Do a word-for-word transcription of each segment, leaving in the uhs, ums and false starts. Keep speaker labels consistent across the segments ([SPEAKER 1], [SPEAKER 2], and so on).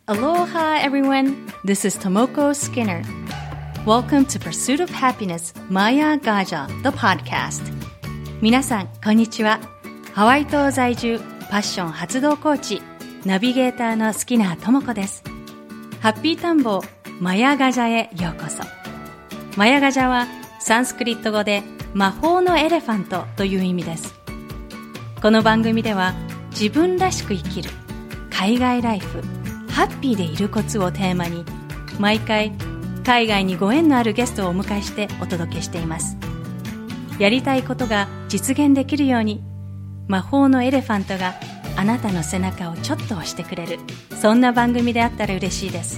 [SPEAKER 1] Aloha everyone, this is Tomoko Skinner. Welcome to Pursuit of Happiness Maya Gaja, the podcast. 皆さん、こんにちは。ハワイ島在住、パッション発動コーチ、ナビゲーターのスキナー智子です。ハッピータンボマヤガジャへようこそ。マヤガジャはサンスクリット語で魔法のエレファントという意味です。この番組では自分らしく生きる、海外ライフ、ハッピーでいるコツをテーマに毎回海外にご縁のあるゲストをお迎えしてお届けしています。やりたいことが実現できるように魔法のエレファントがあなたの背中をちょっと押してくれる、そんな番組であったら嬉しいです。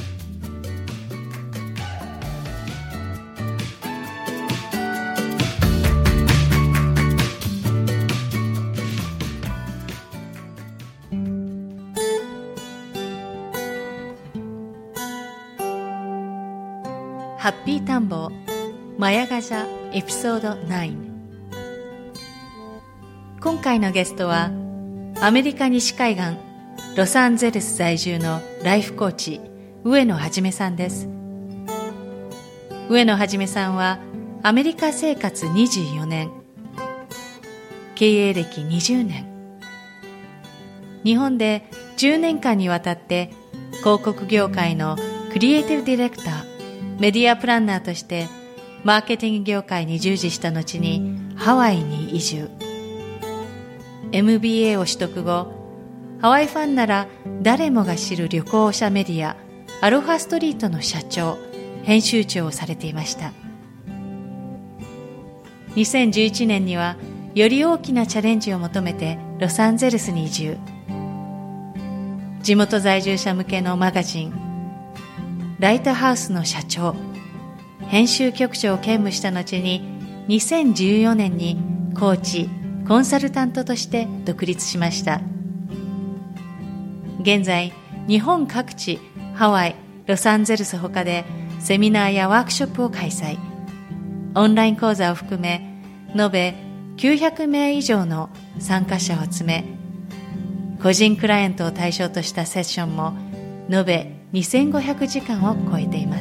[SPEAKER 1] ハッピータンボマヤガジャエピソードナイン。今回のゲストはアメリカ西海岸ロサンゼルス在住のライフコーチ上野はじめさんです。上野はじめさんはアメリカ生活にじゅうよねん、経営歴にじゅうねん、日本でじゅうねんかんにわたって広告業界のクリエイティブディレクター、メディアプランナーとしてマーケティング業界に従事した後にハワイに移住。 エムビーエー を取得後、ハワイファンなら誰もが知る旅行者メディアアロハストリートの社長、編集長をされていました。にせんじゅういちねんにはより大きなチャレンジを求めてロサンゼルスに移住。地元在住者向けのマガジンライトハウスの社長、編集局長を兼務した後ににせんじゅうよねんにコーチ、コンサルタントとして独立しました。現在、日本各地、ハワイ、ロサンゼルス他でセミナーやワークショップを開催。オンライン講座を含め、延べきゅうひゃくめい以上の参加者を詰め、個人クライアントを対象としたセッションも延べにせんごひゃくじかんを超えています。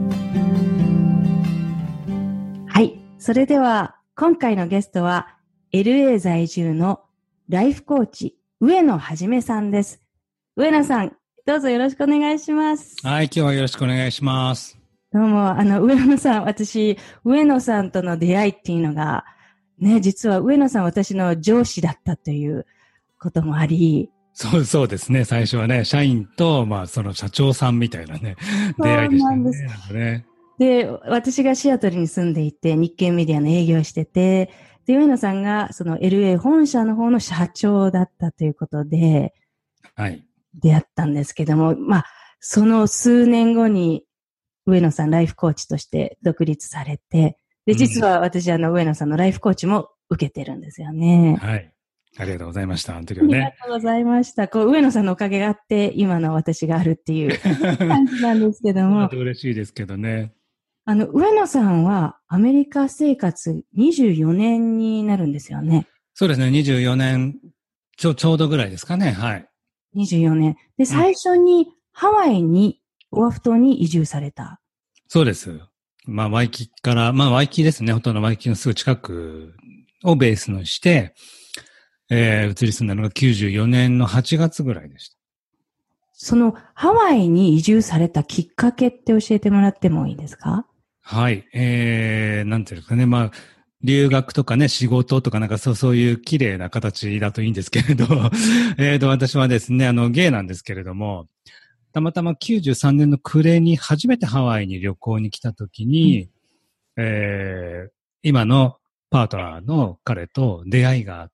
[SPEAKER 1] はい。それでは、今回のゲストは、エルエー 在住のライフコーチ、上野はじめさんです。上野さん、どうぞよろしくお願いします。
[SPEAKER 2] はい、今日はよろしくお願いします。
[SPEAKER 1] どうも、あの、上野さん、私、上野さんとの出会いっていうのが、ね、実は上野さん、私の上司だったということもあり、
[SPEAKER 2] そう、そうですね。最初はね、社員と、まあ、その社長さんみたいなね、出会いでしたね。そうなんです。なんかね。で、私がシアトルに住んでいて、日系メディアの営業をしてて、で、上野さんが、その エルエー 本社の方の社長だったということで、はい。出会ったんですけども、まあ、その数年後に、上野さんライフコーチとして独立されて、で、実は私、あの、上野さんのライフコーチも受けてるんですよね。はい。 ありがとうございました。あの時はね。
[SPEAKER 1] ありがとうございました。こう、上野さんのおかげがあって、今の私があるっていう感じなんですけども。
[SPEAKER 2] 嬉しいですけどね。
[SPEAKER 1] あの、上野さんはアメリカ生活にじゅうよねんになるんですよね。
[SPEAKER 2] そうですね。にじゅうよねん、ちょ、ちょうどぐらいですかね。はい。
[SPEAKER 1] にじゅうよねん。で、最初にハワイに、オアフ島に移住された。
[SPEAKER 2] そうです。まあ、ワイキから、まあ、ワイキですね。ほとんどワイキのすぐ近くをベースにして、えー、移り住んだのがきゅうじゅうよねんのはちがつぐらいでした。
[SPEAKER 1] そのハワイに移住されたきっかけって教えてもらってもいいですか？
[SPEAKER 2] はい。えー、なんていうかね、まあ、留学とかね、仕事とかなんかそう、そういう綺麗な形だといいんですけれど、えーと、私はですね、あの、ゲイなんですけれども、たまたまきゅうじゅうさんねんの暮れに初めてハワイに旅行に来た時に、うん、えー、今のパートナーの彼と出会いがあって、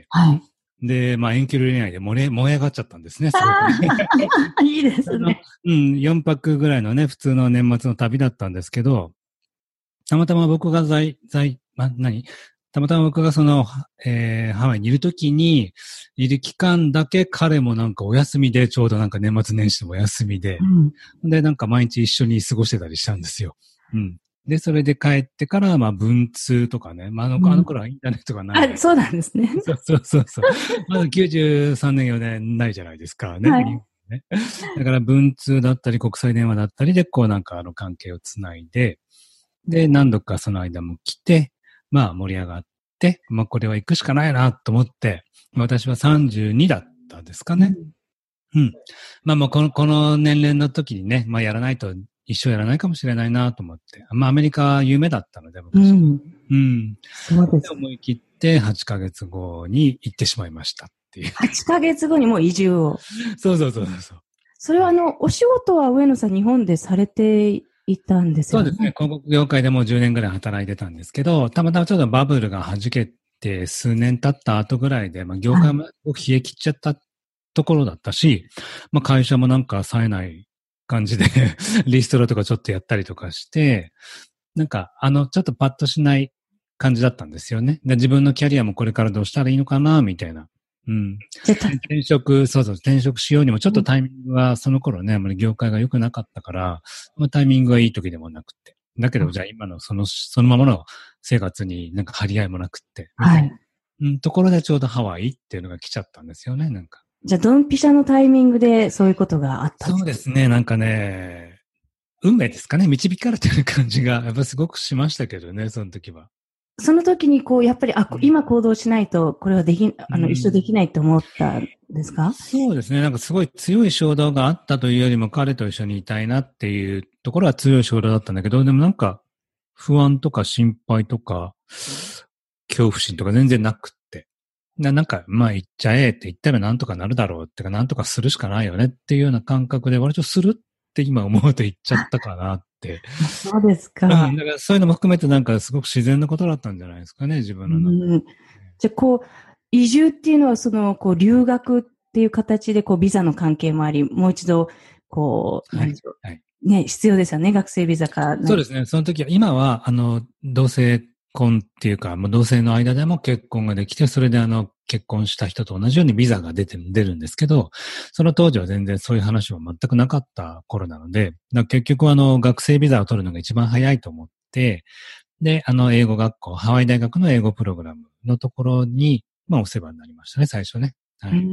[SPEAKER 2] はい。で、まあ、遠距離恋愛で燃え、燃え上がっちゃったんですね、すごくね。
[SPEAKER 1] いいですね。
[SPEAKER 2] うん、よんぱくぐらいのね、普通の年末の旅だったんですけど、たまたま僕が在、在、ま、何たまたま僕がその、えー、ハワイにいるときに、いる期間だけ彼もなんかお休みで、ちょうどなんか年末年始のお休みで、うん、で、なんか毎日一緒に過ごしてたりしたんですよ。うん。で、それで帰ってから、まあ、文通とかね。まあ、あの、うん、あの頃はインターネットがない。
[SPEAKER 1] あ、そうなんですね。
[SPEAKER 2] そうそうそうそう。まだきゅうじゅうさんねんよねんないじゃないですかね。はい、 ね。だから文通だったり国際電話だったりで、こうなんかあの関係をつないで、で、何度かその間も来て、まあ盛り上がって、まあこれは行くしかないなと思って、私はさんじゅうにだったんですかね。うん。うん、まあもうこの、この年齢の時にね、まあやらないと一生やらないかもしれないなと思って。まあアメリカ夢だったので、僕は。うん。うん。
[SPEAKER 1] そうです。
[SPEAKER 2] 思い切ってはちかげつごに行ってしまいましたっていう。
[SPEAKER 1] はちかげつごにもう移住を。
[SPEAKER 2] そうそうそうそう。
[SPEAKER 1] それはあの、お仕事は上野さん日本でされていたんですよね。
[SPEAKER 2] そうですね。広告業界でもうじゅうねんぐらい働いてたんですけど、たまたまちょっとバブルが弾けて数年経った後ぐらいで、まあ業界も冷え切っちゃったところだったし、まあ会社もなんか冴えない感じでリストラとかちょっとやったりとかして、なんかあのちょっとパッとしない感じだったんですよね。で自分のキャリアもこれからどうしたらいいのかなみたいな。うん。転職、そうそう、転職しようにもちょっとタイミングはその頃ね、あまり業界が良くなかったから、まあ、タイミングがいい時でもなくて。だけど、じゃあ今のその、そのままの生活になんか張り合いもなくって。はい。うん、ところでちょうどハワイっていうのが来ちゃったんですよね、なんか。
[SPEAKER 1] じゃあ、ドンピシャのタイミングでそういうことがあったんですか？
[SPEAKER 2] そうですね、なんかね、運命ですかね、導かれてる感じが、やっぱすごくしましたけどね、その時は。
[SPEAKER 1] その時にこう、やっぱり、あ、今行動しないと、これはでき、あの、一緒できないと思ったんですか？
[SPEAKER 2] そうですね。なんかすごい強い衝動があったというよりも、彼と一緒にいたいなっていうところは強い衝動だったんだけど、でもなんか、不安とか心配とか、恐怖心とか全然なくって。なんか、まあ、行っちゃえって言ったらなんとかなるだろうってか、なんとかするしかないよねっていうような感覚で、割とするって今思うと言っちゃったかなって。
[SPEAKER 1] そうですか。
[SPEAKER 2] うん。だからそういうのも含めてなんかすごく自然なことだったんじゃないですかね、自分の中で。
[SPEAKER 1] うん。じゃあ、こう、移住っていうのは、その、こう、留学っていう形で、こう、ビザの関係もあり、もう一度、こう、何でしょう。はい。ね、必要ですよね、学生ビザか。
[SPEAKER 2] そうですね。その時は、今は、あの、同性婚っていうか、同性の間でも結婚ができて、それであの、結婚した人と同じようにビザが出て、出るんですけど、その当時は全然そういう話は全くなかった頃なので、結局あの、学生ビザを取るのが一番早いと思って、で、あの、英語学校、ハワイ大学の英語プログラムのところに、まあ、お世話になりましたね、最初ね。はい。
[SPEAKER 1] うん。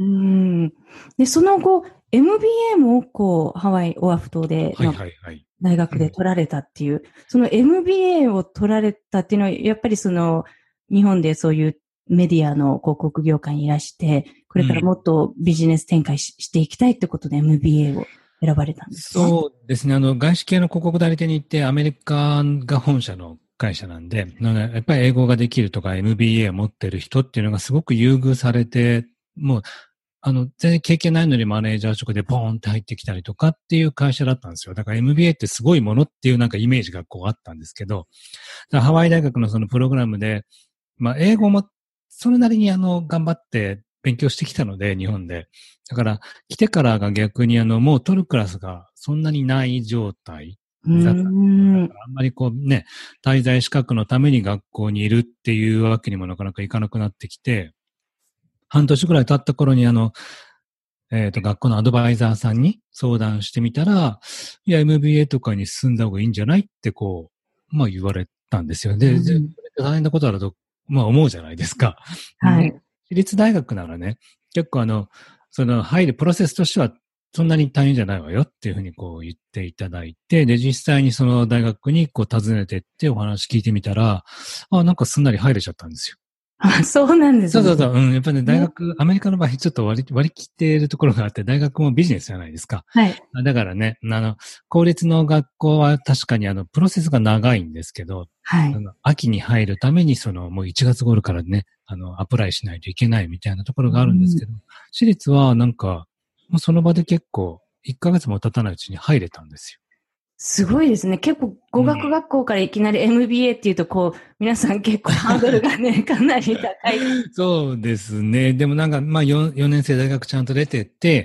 [SPEAKER 1] で、その後、エムビーエー も、こう、ハワイオアフ島で、はいはいはい。大学で取られたっていう、うん、その エムビーエー を取られたっていうのは、やっぱりその、日本でそういうメディアの広告業界にいらして、これからもっとビジネス展開 し,、うん、していきたいってことで エムビーエー を選ばれたんですか？
[SPEAKER 2] そうですね。あの、外資系の広告代理店に行って、アメリカが本社の会社なんで、やっぱり英語ができるとか エムビーエー を持ってる人っていうのがすごく優遇されて、もう、あの、全然経験ないのにマネージャー職でポーンって入ってきたりとかっていう会社だったんですよ。だから エムビーエー ってすごいものっていうなんかイメージがこうあったんですけど、ハワイ大学のそのプログラムで、まあ英語もそれなりにあの頑張って勉強してきたので、日本で。だから来てからが逆にあのもう取るクラスがそんなにない状態だった。だからあんまりこうね、滞在資格のために学校にいるっていうわけにもなかなかいかなくなってきて、半年くらい経った頃にあの、えっと、学校のアドバイザーさんに相談してみたら、いや、エムビーエー とかに進んだ方がいいんじゃないってこう、まあ言われたんですよ。で、うん、それって大変なことだと、まあ思うじゃないですか。はい。私立大学ならね、結構あの、その入るプロセスとしてはそんなに大変じゃないわよっていうふうにこう言っていただいて、で、実際にその大学にこう訪ねてってお話聞いてみたら、あ、なんかすんなり入れちゃったんですよ。
[SPEAKER 1] あ、そうなんですね。
[SPEAKER 2] そうそうそう。うん。やっぱりね、大学、アメリカの場合ちょっと割り、割り切っているところがあって、大学もビジネスじゃないですか。はい。だからね、あの、公立の学校は確かにあの、プロセスが長いんですけど、はい。あの、秋に入るためにその、もういちがつ頃からね、あの、アプライしないといけないみたいなところがあるんですけど、うん、私立はなんか、もうその場で結構、いっかげつも経たないうちに入れたんですよ。
[SPEAKER 1] すごいですね。結構語学学校からいきなり エムビーエー っていうと、こう、皆さん結構ハードルがね、かなり高い。
[SPEAKER 2] そうですね。でもなんか、まあ 4, よねん生大学ちゃんと出てって、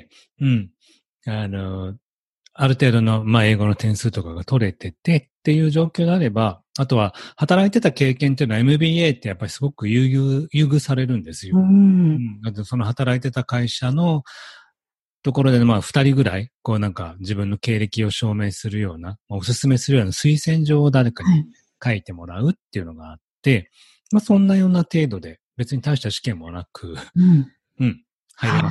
[SPEAKER 2] うん。あの、ある程度の、まあ英語の点数とかが取れててっていう状況であれば、あとは働いてた経験っていうのは エムビーエー ってやっぱりすごく優遇、優遇されるんですよ。うん。うん、その働いてた会社の、ところで、まあ、二人ぐらい、こうなんか自分の経歴を証明するような、まあ、おすすめするような推薦状を誰かに書いてもらうっていうのがあって、はい、まあ、そんなような程度で、別に大した試験もなく、うん、うん、入れましたよ。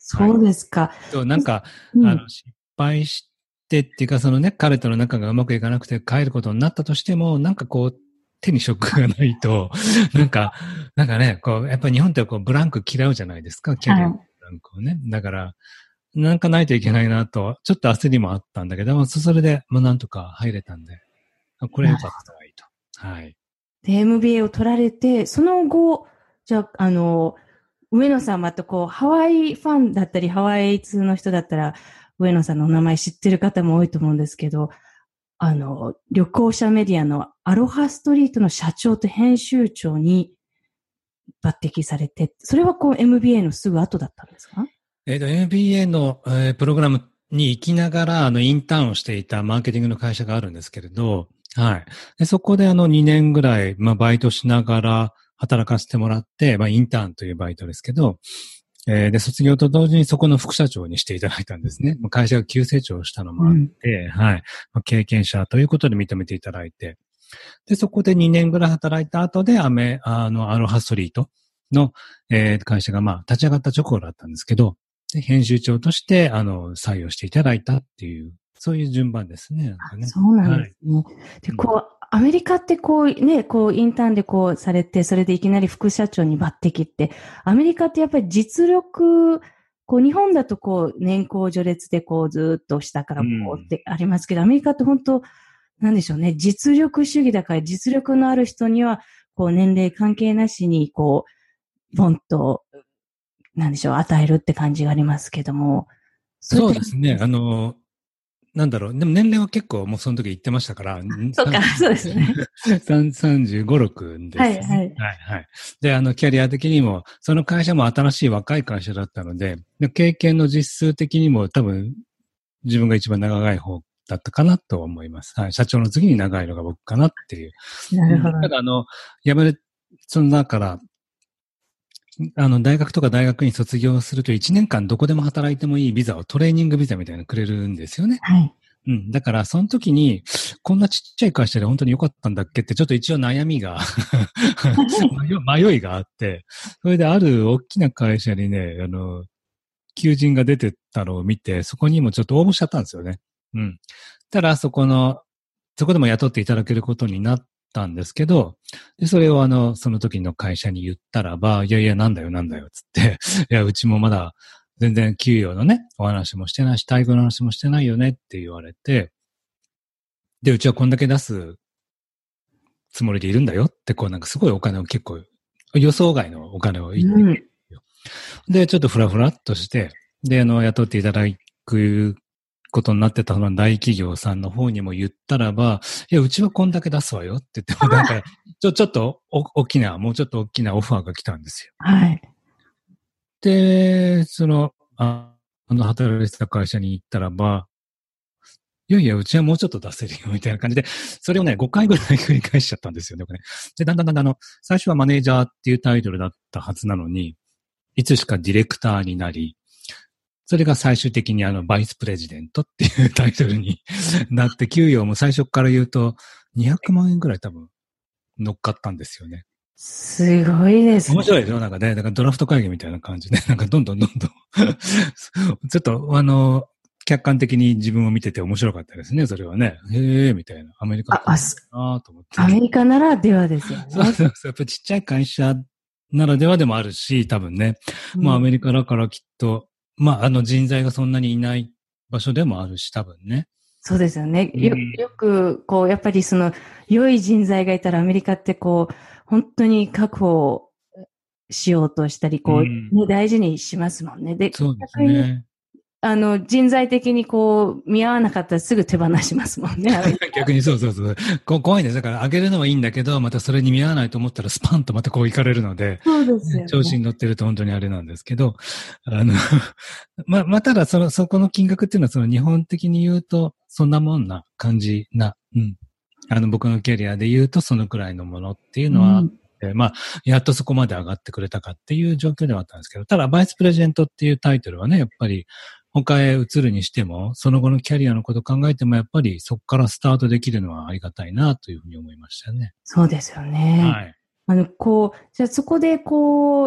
[SPEAKER 2] そうですか。
[SPEAKER 3] そう、なんか、うん、あの、失敗してっていうか、そのね、彼との仲がうまくいかなくて帰ることになったとしても、なんかこう、手に職がないと、なんか、なんかね、こう、やっぱり日本ってこう、ブランク嫌うじゃないですか、キャリアのブランクをね。はい、だから、なんかないといけないなと、ちょっと焦りもあったんだけども、それで、もうなんとか入れたんで、これ良かったらいいと。はい。
[SPEAKER 2] で、エムビーエー を取られて、その後、じゃあ、あの、上野さんまたこう、ハワイファンだったり、ハワイ通の人だったら、上野さんのお名前知ってる方も多いと思うんですけど、あの、旅行者メディアのアロハストリートの社長と編集長に抜擢されて、それはこう エムビーエー のすぐ後だったんですか？
[SPEAKER 3] えっと、エムビーエー の、えー、プログラムに行きながら、あの、インターンをしていたマーケティングの会社があるんですけれど、はい。でそこであのにねんぐらい、まあ、バイトしながら働かせてもらって、まあ、インターンというバイトですけど、えー、で、卒業と同時にそこの副社長にしていただいたんですね。会社が急成長したのもあって、うん、はい。経験者ということで認めていただいて、で、そこでにねんぐらい働いた後で、アメ、あの、アロハストリートの、えー、会社がまあ、立ち上がった直後だったんですけど、で編集長として、あの、採用していただいたっていう、そういう順番ですね。なんかね。
[SPEAKER 2] そうなんですね。はい、で、こう、アメリカってこうね、こうインターンでこうされて、それでいきなり副社長に抜擢って、アメリカってやっぱり実力、こう日本だとこう年功序列でこうずっと下からこうってありますけど、うん、アメリカって本当、なんでしょうね、実力主義だから実力のある人には、こう年齢関係なしにこう、ボンと、なんでしょう、与えるって感じがありますけども。
[SPEAKER 3] そうですね、あの、なんだろう。でも年齢は結構もうその時言ってましたから。
[SPEAKER 2] そうか、そうですね。
[SPEAKER 3] さんじゅうご、ろくです、ね。はい、はい。はい、はい。で、あの、キャリア的にも、その会社も新しい若い会社だったので、経験の実数的にも多分、自分が一番長い方だったかなと思います。はい。社長の次に長いのが僕かなっていう。
[SPEAKER 2] なるほど。
[SPEAKER 3] ただ、あの、やめる、そのだから、あの、大学とか大学に卒業するといちねんかんどこでも働いてもいいビザをトレーニングビザみたいなのくれるんですよね。
[SPEAKER 2] はい。
[SPEAKER 3] うん。だから、その時に、こんなちっちゃい会社で本当に良かったんだっけって、ちょっと一応悩みが迷いがあって、それである大きな会社にね、あの、求人が出てたのを見て、そこにもちょっと応募しちゃったんですよね。うん。ただ、そこの、そこでも雇っていただけることになったんですけど、で、それをあの、その時の会社に言ったらば、いやいや、なんだよ、なんだよ、つって、いや、うちもまだ、全然給与のね、お話もしてないし、待遇の話もしてないよねって言われて、で、うちはこんだけ出すつもりでいるんだよって、こうなんかすごいお金を結構、予想外のお金を言って、うん、で、ちょっとフラフラっとして、で、あの、雇っていただくことになってたの大企業さんの方にも言ったらば、いや、うちはこんだけ出すわよって言っても、なんか、ちょ、ちょっとお、大きな、もうちょっと大きなオファーが来たんですよ。
[SPEAKER 2] はい。
[SPEAKER 3] で、その、ああの、働いてた会社に行ったらば、いやいや、うちはもうちょっと出せるよ、みたいな感じで、それをね、ごかいぐらい繰り返しちゃったんですよね、これ。で、だんだんだんだん、あの、最初はマネージャーっていうタイトルだったはずなのに、いつしかディレクターになり、それが最終的にあの、バイスプレジデントっていうタイトルになって、給与も最初から言うと、にひゃくまんえんぐらい多分、乗っかったんですよね。
[SPEAKER 2] すごいですね。
[SPEAKER 3] 面白いでしょなんかね、なんかドラフト会議みたいな感じで、なんかどんどんどんどんちょっと、あの、客観的に自分を見てて面白かったですね、それはね。へえ、みたいな。アメリカかなと思って。
[SPEAKER 2] アメリカならではですよね。
[SPEAKER 3] そうそうそう。やっぱりちっちゃい会社ならではでもあるし、多分ね。うん、まあアメリカだからきっと、まああの人材がそんなにいない場所でもあるし、多分ね。
[SPEAKER 2] そうですよね。よ、よく、こう、やっぱりその、良い人材がいたらアメリカってこう、本当に確保しようとしたり、こう、うん、ね、大事にしますもんね。で、
[SPEAKER 3] そうですね。
[SPEAKER 2] あの、人材的にこう、見合わなかったらすぐ手放しますもんね。
[SPEAKER 3] 逆にそうそうそう。こ怖いんです。だから上げるのはいいんだけど、またそれに見合わないと思ったらスパンとまたこう行かれるので、
[SPEAKER 2] そうですよね。
[SPEAKER 3] 調子に乗ってると本当にあれなんですけど、あの、ま、まあ、ただその、そこの金額っていうのはその日本的に言うと、そんなもんな感じな、うん。あの、僕のキャリアで言うとそのくらいのものっていうのは、うんまあ、やっとそこまで上がってくれたかっていう状況ではあったんですけど、ただ、バイスプレジデントっていうタイトルはね、やっぱり、他へ移るにしても、その後のキャリアのことを考えても、やっぱりそこからスタートできるのはありがたいなというふうに思いましたね。
[SPEAKER 2] そうですよね。はい。あの、こう、じゃあそこでこう、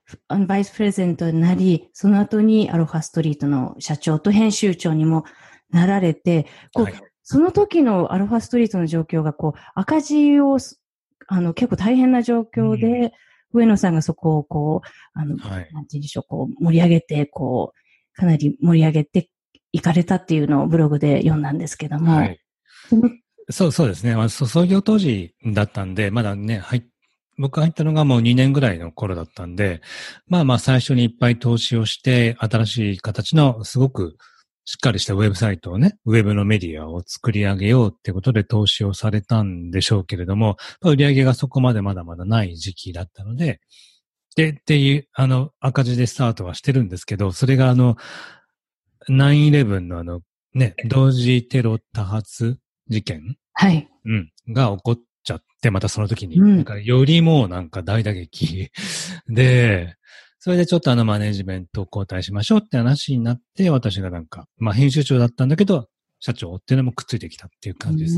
[SPEAKER 2] あのバイスプレゼントになり、その後にアロハストリートの社長と編集長にもなられて、こう、はい、その時のアロハストリートの状況が、こう、赤字を、あの、結構大変な状況で、うん、上野さんがそこをこう、あの、はい、なんて言うんでしょう、こう、盛り上げて、こう、かなり盛り上げていかれたっていうのをブログで読んだんですけども。はい、
[SPEAKER 3] そう、そうですね。まあ、創業当時だったんで、まだね、入っ僕が入ったのがもうにねんぐらいの頃だったんで、まあまあ最初にいっぱい投資をして、新しい形のすごくしっかりしたウェブサイトをね、ウェブのメディアを作り上げようってことで投資をされたんでしょうけれども、売り上げがそこまでまだまだない時期だったので、で、っていう、あの、赤字でスタートはしてるんですけど、それがあの、ナインイレブン のあの、ね、同時テロ多発事件
[SPEAKER 2] はい。
[SPEAKER 3] うん。が起こっちゃって、またその時に。うん、だからよりもなんか大打撃で、それでちょっとあのマネージメントを交代しましょうって話になって、私がなんか、まあ編集長だったんだけど、社長っていうのもくっついてきたっていう感じです。
[SPEAKER 2] うん、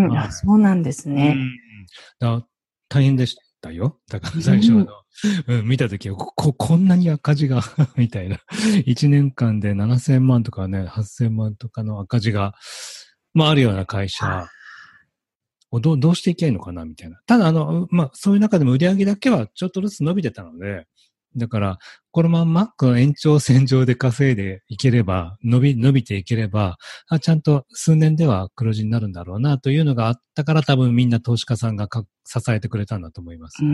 [SPEAKER 2] はい、あ、そうなんですね。
[SPEAKER 3] うんだ大変でしたよ。だから最初の、うんうん、見た時はこ、こんなに赤字が、みたいな。いちねんかんでななせんまんとかね、はっせんまんとかの赤字が、まああるような会社をどう、どうしていけばいいのかなみたいな。ただあの、まあそういう中でも売り上げだけはちょっとずつ伸びてたので、だから、このまんま、この延長線上で稼いでいければ、伸び、伸びていければ、あちゃんと数年では黒字になるんだろうなというのがあったから多分みんな投資家さんがか支えてくれたんだと思います。
[SPEAKER 2] うん。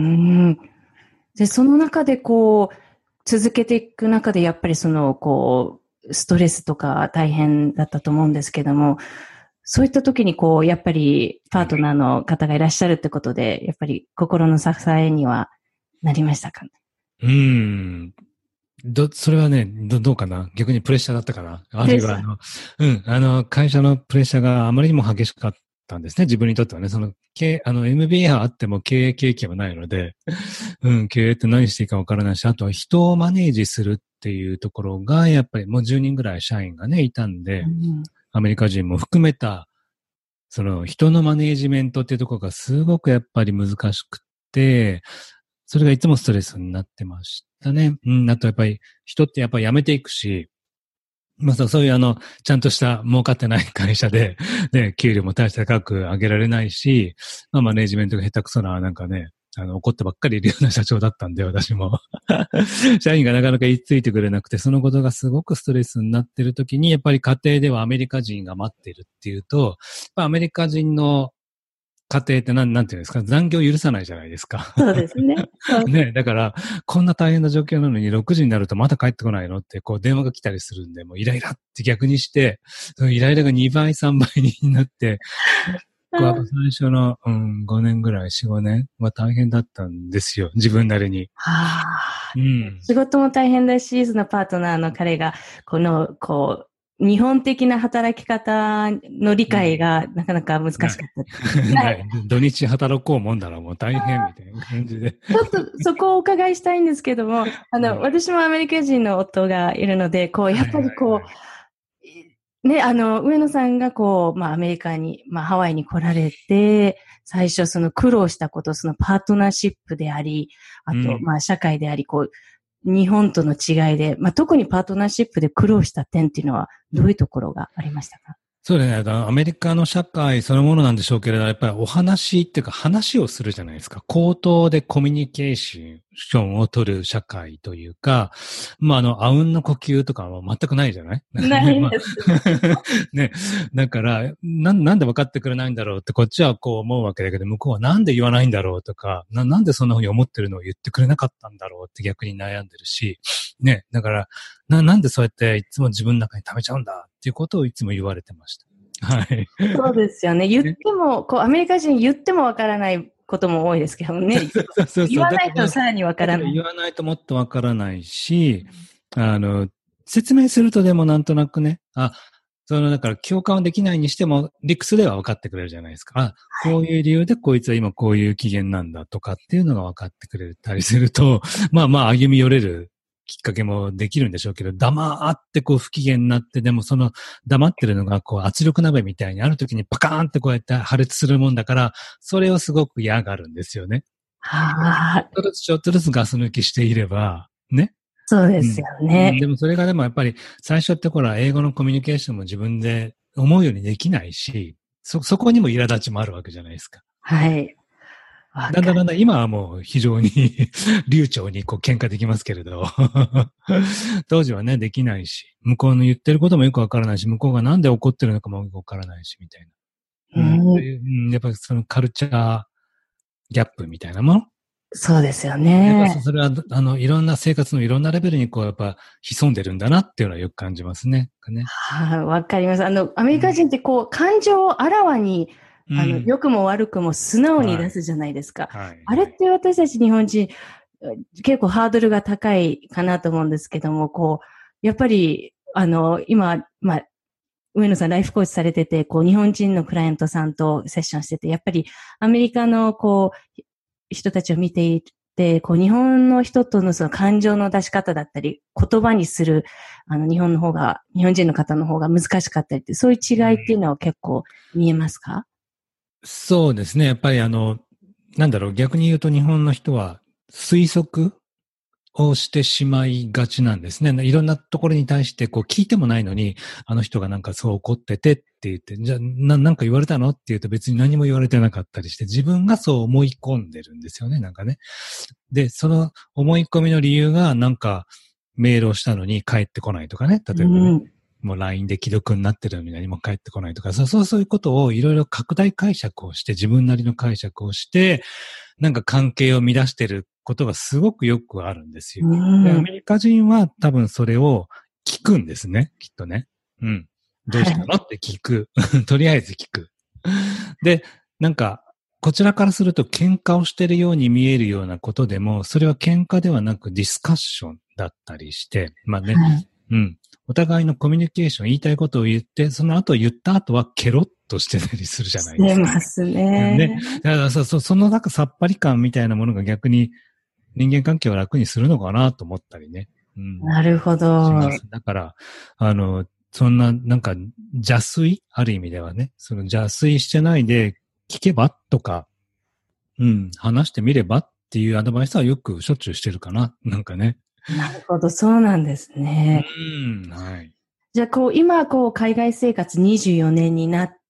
[SPEAKER 2] で、その中でこう、続けていく中でやっぱりその、こう、ストレスとか大変だったと思うんですけども、そういった時にこう、やっぱりパートナーの方がいらっしゃるってことで、やっぱり心の支えにはなりましたかね。
[SPEAKER 3] うーん。ど、それはね、ど、どうかな逆にプレッシャーだったかなあるいは、あの、うん、あの、会社のプレッシャーがあまりにも激しかったんですね。自分にとってはね、その、経あの、エムビーエー はあっても経営経験はないので、うん、経営って何していいかわからないし、あとは人をマネージするっていうところが、やっぱりもうじゅうにんぐらい社員がね、いたんで、うん、アメリカ人も含めた、その、人のマネージメントっていうところがすごくやっぱり難しくて、それがいつもストレスになってましたね。うん、あとやっぱり人ってやっぱり辞めていくし、まあそういうあの、ちゃんとした儲かってない会社で、ね、給料も大して高く上げられないし、まあマネージメントが下手くそな、なんかね、あの、怒ってばっかりいるような社長だったんで、私も。社員がなかなか言いついてくれなくて、そのことがすごくストレスになっているときに、やっぱり家庭ではアメリカ人が待っているっていうと、アメリカ人の家庭ってなん、なんていうんですか、残業許さないじゃないですか。
[SPEAKER 2] そうですね。
[SPEAKER 3] ね、だから、こんな大変な状況なのにろくじになるとまだ帰ってこないのって、こう電話が来たりするんで、もうイライラって逆にして、そのイライラがにばい、さんばいになって、こう最初の、うん、ごねんぐらい、よん、ごねんは大変だったんですよ、自分なりに。
[SPEAKER 2] はあ、うん、仕事も大変だし、そのパートナーの彼が、この、こう、日本的な働き方の理解がなかなか難しかった。
[SPEAKER 3] ないない土日働こうもんだらもう大変みたいな感じで。
[SPEAKER 2] ちょっとそこをお伺いしたいんですけども、あの、はい、私もアメリカ人の夫がいるので、こう、やっぱりこう、はいはいはい、ね、あの、上野さんがこう、まあアメリカに、まあハワイに来られて、最初その苦労したこと、そのパートナーシップであり、あと、まあ社会であり、こう、日本との違いで、まあ、特にパートナーシップで苦労した点っていうのはどういうところがありましたか？
[SPEAKER 3] そうですね。アメリカの社会そのものなんでしょうけれど、やっぱりお話っていうか話をするじゃないですか。口頭でコミュニケーションを取る社会というか、まあ、あの、あうんの呼吸とかは全くないじゃない？
[SPEAKER 2] ないです。
[SPEAKER 3] ね。だから、な、なんで分かってくれないんだろうってこっちはこう思うわけだけど、向こうはなんで言わないんだろうとか、な、なんでそんな風に思ってるのを言ってくれなかったんだろうって逆に悩んでるし、ね。だから、な、なんでそうやっていつも自分の中に溜めちゃうんだっていうことをいつも言われてました。はい。
[SPEAKER 2] そうですよね。言っても、こう、アメリカ人言ってもわからないことも多いですけどね。そうそうそう、言わないとさらにわからない。
[SPEAKER 3] 言わないともっとわからないし、あの、説明するとでもなんとなくね、あ、その、だから共感はできないにしても、理屈では分かってくれるじゃないですか。あ、こういう理由でこいつは今こういう機嫌なんだとかっていうのが分かってくれたりすると、まあまあ歩み寄れるきっかけもできるんでしょうけど、黙ってこう不機嫌になって、でもその黙ってるのがこう圧力鍋みたいにある時にパカーンってこうやって破裂するもんだから、それをすごく嫌がるんですよね。
[SPEAKER 2] はあ。
[SPEAKER 3] ちょっとずつちょっとずつガス抜きしていれば、 ね。
[SPEAKER 2] そうですよね、
[SPEAKER 3] うん。でもそれがでもやっぱり最初ってほら、英語のコミュニケーションも自分で思うようにできないし、そ、そこにも苛立ちもあるわけじゃないですか。
[SPEAKER 2] はい。
[SPEAKER 3] だんだんだんだん今はもう非常に流暢にこう喧嘩できますけれど当時はね、できないし、向こうの言ってることもよくわからないし、向こうがなんで怒ってるのかもよくわからないし、みたいな。うん。うん、やっぱりそのカルチャーギャップみたいなもの。
[SPEAKER 2] そうですよね。
[SPEAKER 3] やっぱそれは、あの、いろんな生活のいろんなレベルにこう、やっぱ潜んでるんだなっていうのはよく感じますね。ね。
[SPEAKER 2] はい、わかります。あの、アメリカ人ってこう、感情をあらわに、うん、あの、良くも悪くも素直に出すじゃないですか。はいはい、あれって私たち日本人、結構ハードルが高いかなと思うんですけども、こう、やっぱり、あの、今、まあ、上野さんライフコーチされてて、こう、日本人のクライアントさんとセッションしてて、やっぱりアメリカのこう、人たちを見ていて、こう、日本の人とのその感情の出し方だったり、言葉にする、あの、日本の方が、日本人の方の方が難しかったりって、そういう違いっていうのは結構見えますか？
[SPEAKER 3] そうですね。やっぱりあの、なんだろう、逆に言うと日本の人は推測をしてしまいがちなんですね。いろんなところに対してこう聞いてもないのに、あの人がなんかそう怒っててって言って、じゃあな、なんか言われたのって言うと別に何も言われてなかったりして、自分がそう思い込んでるんですよね、なんかね。で、その思い込みの理由がなんかメールをしたのに帰ってこないとかね、例えばね。うん、もう ライン で既読になってるのに何も返ってこないとか、そうそうそういうことをいろいろ拡大解釈をして、自分なりの解釈をして、なんか関係を乱してることがすごくよくあるんですよ。で、アメリカ人は多分それを聞くんですね、きっとね。うん。どうしたのって聞く。とりあえず聞く。で、なんか、こちらからすると喧嘩をしてるように見えるようなことでも、それは喧嘩ではなくディスカッションだったりして、まあね、はい、うん。お互いのコミュニケーション、言いたいことを言って、その後言った後はケロッとしてたりするじゃないですか。
[SPEAKER 2] してますね。
[SPEAKER 3] ね。だからそ、そのなんかさっぱり感みたいなものが逆に人間関係を楽にするのかなと思ったりね。うん、
[SPEAKER 2] なるほど。
[SPEAKER 3] だから、あの、そんな、なんか、邪推ある意味ではね、その邪推してないで聞けばとか、うん、話してみればっていうアドバイスはよくしょっちゅうしてるかな。なんかね。
[SPEAKER 2] なるほど、そうなんですね。
[SPEAKER 3] うん、はい。
[SPEAKER 2] じゃあ、こう、今、こう、海外生活にじゅうよねんになって、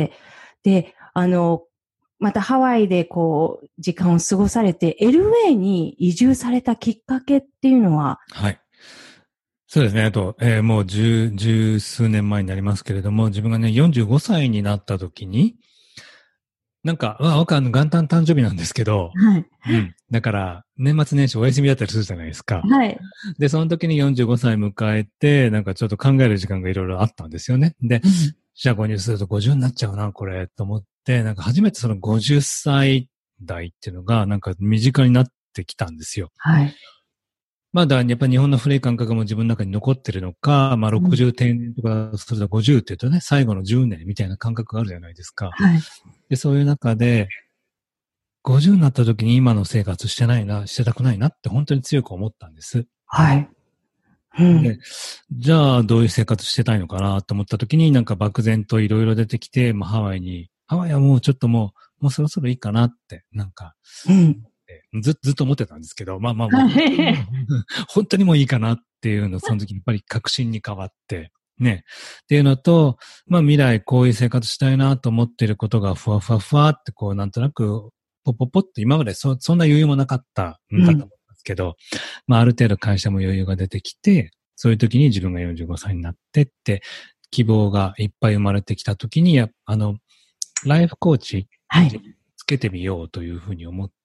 [SPEAKER 2] で、あの、またハワイでこう、時間を過ごされて、エルエー に移住されたきっかけっていうのは？
[SPEAKER 3] はい。そうですね。あと、えー、もう十、十数年前になりますけれども、自分がね、よんじゅうごさいになった時に、なんか、まあ、僕は元旦誕生日なんですけど、はい。うん。だから、年末年始お休みだったりするじゃないですか。
[SPEAKER 2] はい。
[SPEAKER 3] で、その時によんじゅうごさい迎えて、なんかちょっと考える時間がいろいろあったんですよね。で、じゃあご入するとごじゅうになっちゃうな、これ、と思って、なんか初めてそのごじゅっさい代っていうのが、なんか身近になってきたんですよ。
[SPEAKER 2] はい。
[SPEAKER 3] まだやっぱり日本の古い感覚も自分の中に残ってるのか、まあろくじゅう定年とかするとごじゅうって言うとね、最後のじゅうねんみたいな感覚があるじゃないですか。
[SPEAKER 2] はい。
[SPEAKER 3] で、そういう中で、ごじゅうになった時に今の生活してないな、してたくないなって本当に強く思ったんです。
[SPEAKER 2] はい。
[SPEAKER 3] うん、で、じゃあどういう生活してたいのかなと思った時になんか漠然といろいろ出てきて、まあ、ハワイに、ハワイはもうちょっともう、もうそろそろいいかなって、なんか、
[SPEAKER 2] うん
[SPEAKER 3] ず、ずっと思ってたんですけど、まあまあまあ、本当にもういいかなっていうの、その時やっぱり確信に変わって、ね。っていうのと、まあ未来こういう生活したいなと思ってることがふわふわふわってこうなんとなく、ポッポッポッと今までそ、そんな余裕もなかったんだと思うんですけど、うん、まあある程度会社も余裕が出てきて、そういう時に自分がよんじゅうごさいになってって、希望がいっぱい生まれてきた時に、あの、ライフコーチ、つけてみようというふうに思って、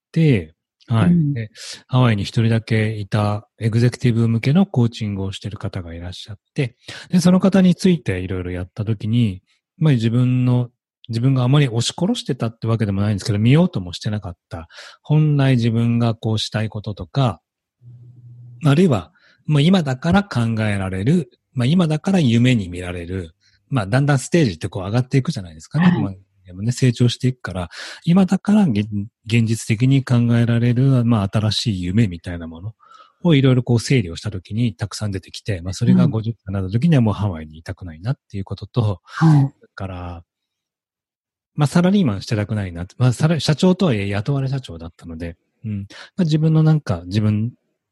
[SPEAKER 3] はい、うん、で。ハワイに一人だけいたエグゼクティブ向けのコーチングをしている方がいらっしゃって、で、その方についていろいろやったときに、まあ自分の、自分があまり押し殺してたってわけでもないんですけど、見ようともしてなかった、本来自分がこうしたいこととか、あるいは、もう今だから考えられる、まあ今だから夢に見られる、まあだんだんステージってこう上がっていくじゃないですかね。はい、まあでもね、成長していくから、今だから現実的に考えられる、まあ、新しい夢みたいなものをいろいろこう整理をしたときにたくさん出てきて、まあ、それがごじゅっさいになったときにはもうハワイにいたくないなっていうことと、
[SPEAKER 2] はい、
[SPEAKER 3] だから、まあ、サラリーマンしてたくないな、まあ、社長とはいえ雇われ社長だったので、うん、まあ、自分のなんか、自分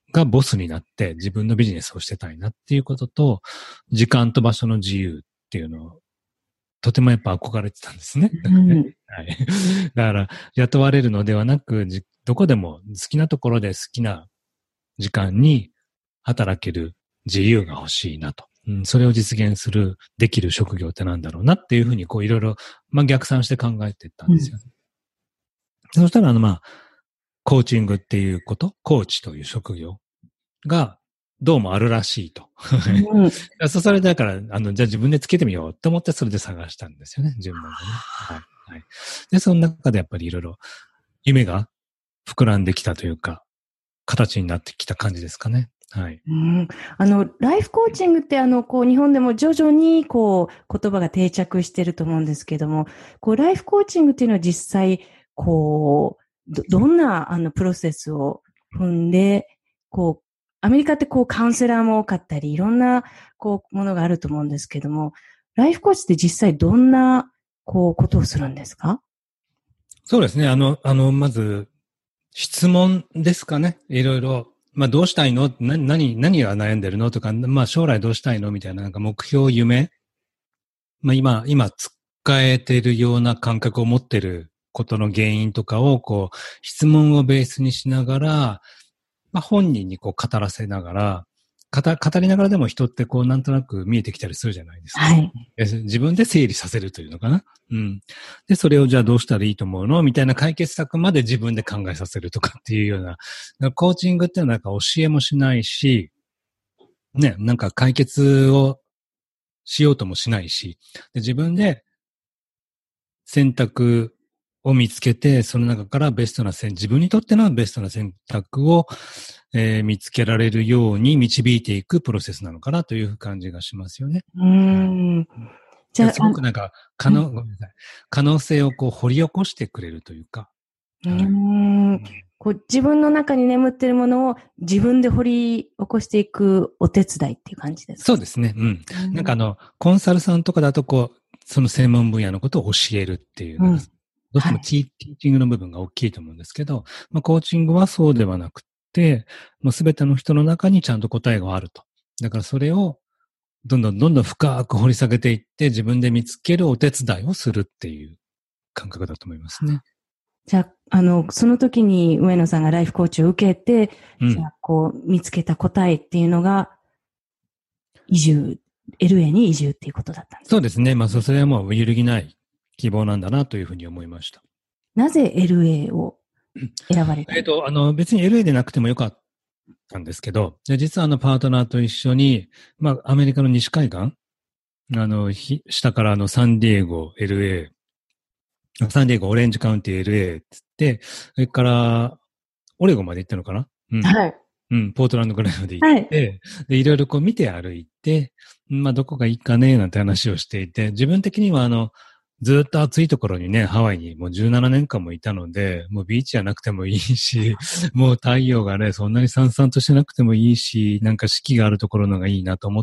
[SPEAKER 3] がボスになって自分のビジネスをしてたいなっていうことと、時間と場所の自由っていうのをとてもやっぱ憧れてたんですね。うん、はい。だから雇われるのではなく、どこでも好きなところで好きな時間に働ける自由が欲しいなと。うん、それを実現する、できる職業ってなんだろうなっていうふうにこういろいろ、まあ逆算して考えていったんですよ。うん、そしたらあのまあ、コーチングっていうこと、コーチという職業がどうもあるらしいと。うん、それだから、あの、じゃあ自分でつけてみようと思ってそれで探したんですよね、順番でね。はい。はい。で、その中でやっぱりいろいろ夢が膨らんできたというか、形になってきた感じですかね。はい。
[SPEAKER 2] うん、あの、ライフコーチングってあの、こう、日本でも徐々にこう、言葉が定着してると思うんですけども、こう、ライフコーチングっていうのは実際、こう、ど、どんなあの、プロセスを踏んで、こう、アメリカってこう、カウンセラーも多かったり、いろんな、こう、ものがあると思うんですけども、ライフコーチって実際どんな、こう、ことをするんですか？
[SPEAKER 3] そうですね。あの、あの、まず、質問ですかね。いろいろ。まあ、どうしたいの？何、何、何が悩んでるのとか、まあ、将来どうしたいのみたいな、なんか目標、夢。まあ、今、今、使えてるような感覚を持ってることの原因とかを、こう、質問をベースにしながら、まあ、本人にこう語らせながら、語、語りながらでも人ってこうなんとなく見えてきたりするじゃないですか。はい。自分で整理させるというのかな。うん。で、それをじゃあどうしたらいいと思うのみたいな解決策まで自分で考えさせるとかっていうような、コーチングっていうのはなんか教えもしないし、ね、なんか解決をしようともしないし、で自分で選択を見つけて、その中からベストな選、自分にとってのベストな選択を、えー、見つけられるように導いていくプロセスなのかなという感じがしますよね。
[SPEAKER 2] うーん。
[SPEAKER 3] じゃあ、すごくなんか、可能、ごめんなさい。可能性をこう掘り起こしてくれるというか。
[SPEAKER 2] うーん。はい、こう自分の中に眠っているものを自分で掘り起こしていくお手伝いっていう感じですか？
[SPEAKER 3] そうですね。うん。うん、なんかあの、コンサルさんとかだとこう、その専門分野のことを教えるっていう、うん、どうしてもティ、はい、ティーチングの部分が大きいと思うんですけど、まあ、コーチングはそうではなくて、もうすべての人の中にちゃんと答えがあると。だからそれをどんどんどんどん深く掘り下げていって自分で見つけるお手伝いをするっていう感覚だと思いますね。
[SPEAKER 2] じゃあ、あの、その時に上野さんがライフコーチを受けて、うん、じゃあ、こう、見つけた答えっていうのが、移住、エルエー に移住っていうことだったんですか？
[SPEAKER 3] そうですね。まあ、それはもう揺るぎない希望なんだなというふうに思いました。
[SPEAKER 2] なぜ エルエー を選ばれたんですか？
[SPEAKER 3] えっと、あの、別に エルエー でなくてもよかったんですけど、実はあの、パートナーと一緒に、まあ、アメリカの西海岸、あの、ひ下からあの、サンディエゴ、エルエー、サンディエゴ、オレンジカウンティ エルエー って言って、それから、オレゴンまで行ったのかな？うん。はい。うん、ポートランドぐらいまで行って、はい、で、いろいろこう見て歩いて、まあ、どこがいいかね、なんて話をしていて、自分的にはあの、ずっと暑いところにね、ハワイにもうじゅうななねんかんもいたので、もうビーチじゃなくてもいいし、もう太陽がね、そんなにさんさんとしてなくてもいいし、なんか四季があるところのがいいなと思って、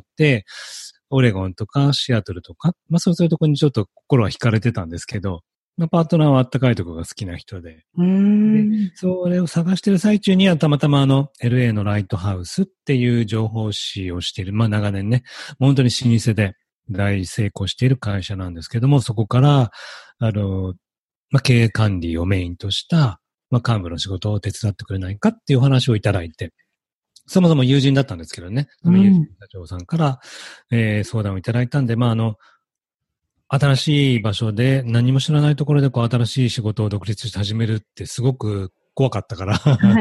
[SPEAKER 3] オレゴンとかシアトルとか、まあそういうところにちょっと心は惹かれてたんですけど、まあ、パートナーは暖かいところが好きな人で。うーん。で、それを探してる最中にはたまたまあの エルエー のライトハウスっていう情報誌をしている、まあ長年ね、本当に老舗で大成功している会社なんですけども、そこから、あの、まあ経営管理をメインとした、まあ幹部の仕事を手伝ってくれないかっていうお話をいただいて、そもそも友人だったんですけどね、その友人社長さんから、うん、えー、相談をいただいたんで、まああの、新しい場所で何も知らないところでこう新しい仕事を独立して始めるってすごく怖かったから、はい、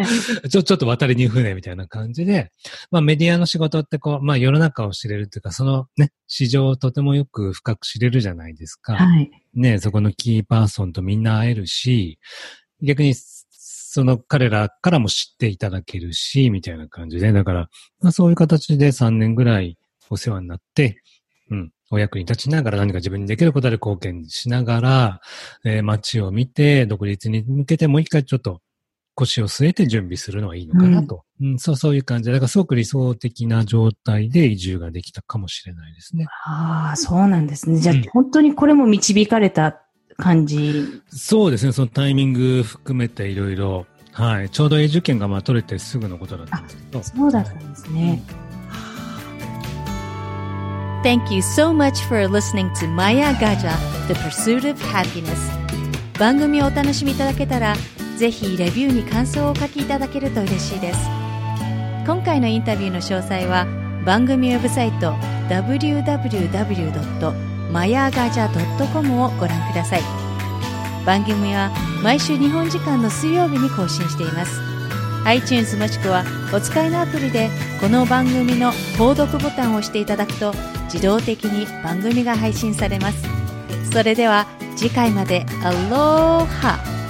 [SPEAKER 3] ちょ、ちょっと渡りに船みたいな感じで、まあメディアの仕事ってこう、まあ世の中を知れるっていうか、そのね、市場をとてもよく深く知れるじゃないですか。はい。ね、そこのキーパーソンとみんな会えるし、逆にその彼らからも知っていただけるし、みたいな感じで、だから、まあそういう形でさんねんぐらいお世話になって、うん。お役に立ちながら何か自分にできることで貢献しながら、えー、街を見て独立に向けてもう一回ちょっと腰を据えて準備するのはいいのかなと。うん、うん、そう、そういう感じで、だからすごく理想的な状態で移住ができたかもしれないですね。
[SPEAKER 2] ああ、そうなんですね。じゃあ、うん、本当にこれも導かれた感じ。
[SPEAKER 3] そうですね。そのタイミング含めていろいろはい。ちょうど永住権がまあ取れてすぐのことだったんですけど。
[SPEAKER 2] そうだったんですね。
[SPEAKER 1] Thank you so much for listening to Maya Gaja, The Pursuit of Happiness. 番組をお楽しみいただけたら、ぜひレビューに感想をお書きいただけると嬉しいです。今回のインタビューの詳細は番組ウェブサイト ダブリューダブリューダブリュードットマヤガジャドットコム をご覧ください。番組は毎週日本時間の水曜日に更新しています。iTunes もしくはお使いのアプリでこの番組の購読ボタンを押していただくと自動的に番組が配信されます。それでは次回までアローハ。